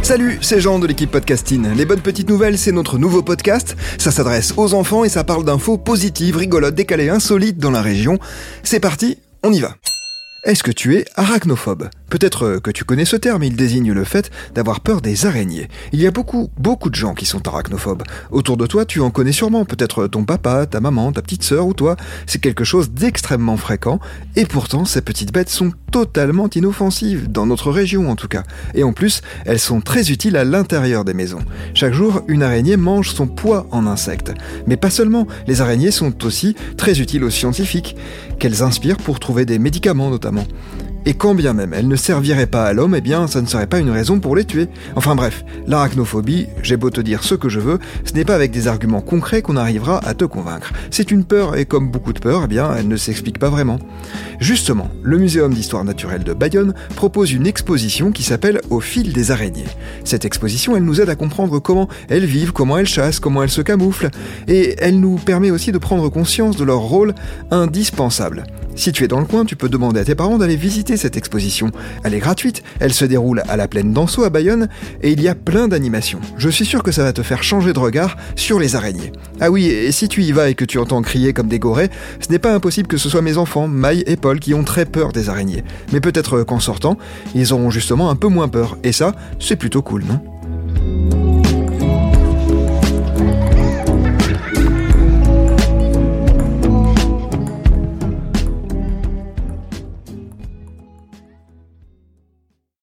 Salut, c'est Jean de l'équipe Podcasting. Les bonnes petites nouvelles, c'est notre nouveau podcast. Ça s'adresse aux enfants et ça parle d'infos positives, rigolotes, décalées, insolites dans la région. C'est parti, on y va. Est-ce que tu es arachnophobe ? Peut-être que tu connais ce terme, il désigne le fait d'avoir peur des araignées. Il y a beaucoup de gens qui sont arachnophobes. Autour de toi, tu en connais sûrement, peut-être ton papa, ta maman, ta petite sœur ou toi. C'est quelque chose d'extrêmement fréquent, et pourtant ces petites bêtes sont totalement inoffensives, dans notre région en tout cas. Et en plus, elles sont très utiles à l'intérieur des maisons. Chaque jour, une araignée mange son poids en insectes. Mais pas seulement, les araignées sont aussi très utiles aux scientifiques, qu'elles inspirent pour trouver des médicaments notamment. Et quand bien même elles ne serviraient pas à l'homme, eh bien ça ne serait pas une raison pour les tuer. Enfin bref, l'arachnophobie, j'ai beau te dire ce que je veux, ce n'est pas avec des arguments concrets qu'on arrivera à te convaincre. C'est une peur, et comme beaucoup de peurs, eh bien elle ne s'explique pas vraiment. Justement, le Muséum d'Histoire Naturelle de Bayonne propose une exposition qui s'appelle « Au fil des araignées ». Cette exposition, elle nous aide à comprendre comment elles vivent, comment elles chassent, comment elles se camouflent, et elle nous permet aussi de prendre conscience de leur rôle indispensable. Si tu es dans le coin, tu peux demander à tes parents d'aller visiter cette exposition. Elle est gratuite, elle se déroule à la plaine d'Anceau à Bayonne, et il y a plein d'animations. Je suis sûr que ça va te faire changer de regard sur les araignées. Ah oui, et si tu y vas et que tu entends crier comme des gorées, ce n'est pas impossible que ce soit mes enfants, Maï et Paul, qui ont très peur des araignées. Mais peut-être qu'en sortant, ils auront justement un peu moins peur. Et ça, c'est plutôt cool, non ?